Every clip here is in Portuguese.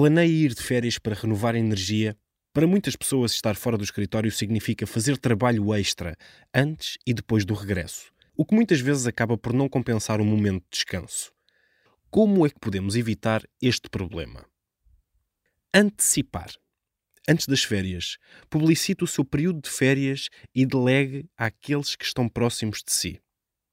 Planeie ir de férias para renovar a energia. Para muitas pessoas, estar fora do escritório significa fazer trabalho extra antes e depois do regresso, o que muitas vezes acaba por não compensar um momento de descanso. Como é que podemos evitar este problema? Antecipar. Antes das férias, publicite o seu período de férias e delegue àqueles que estão próximos de si.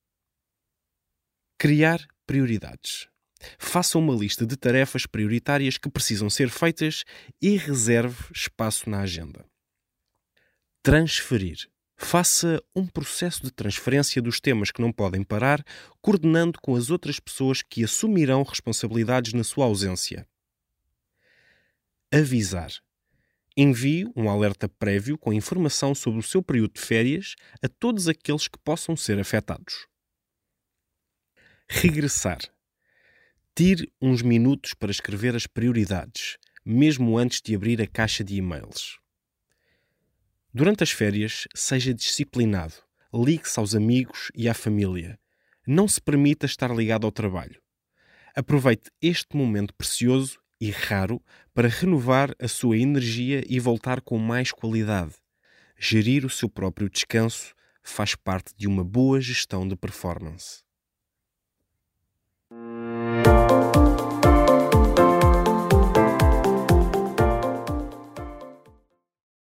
Criar prioridades. Faça uma lista de tarefas prioritárias que precisam ser feitas e reserve espaço na agenda. Transferir. Faça um processo de transferência dos temas que não podem parar, coordenando com as outras pessoas que assumirão responsabilidades na sua ausência. Avisar. Envie um alerta prévio com informação sobre o seu período de férias a todos aqueles que possam ser afetados. Regressar. Tire uns minutos para escrever as prioridades, mesmo antes de abrir a caixa de e-mails. Durante as férias, seja disciplinado. Ligue-se aos amigos e à família. Não se permita estar ligado ao trabalho. Aproveite este momento precioso e raro para renovar a sua energia e voltar com mais qualidade. Gerir o seu próprio descanso faz parte de uma boa gestão de performance.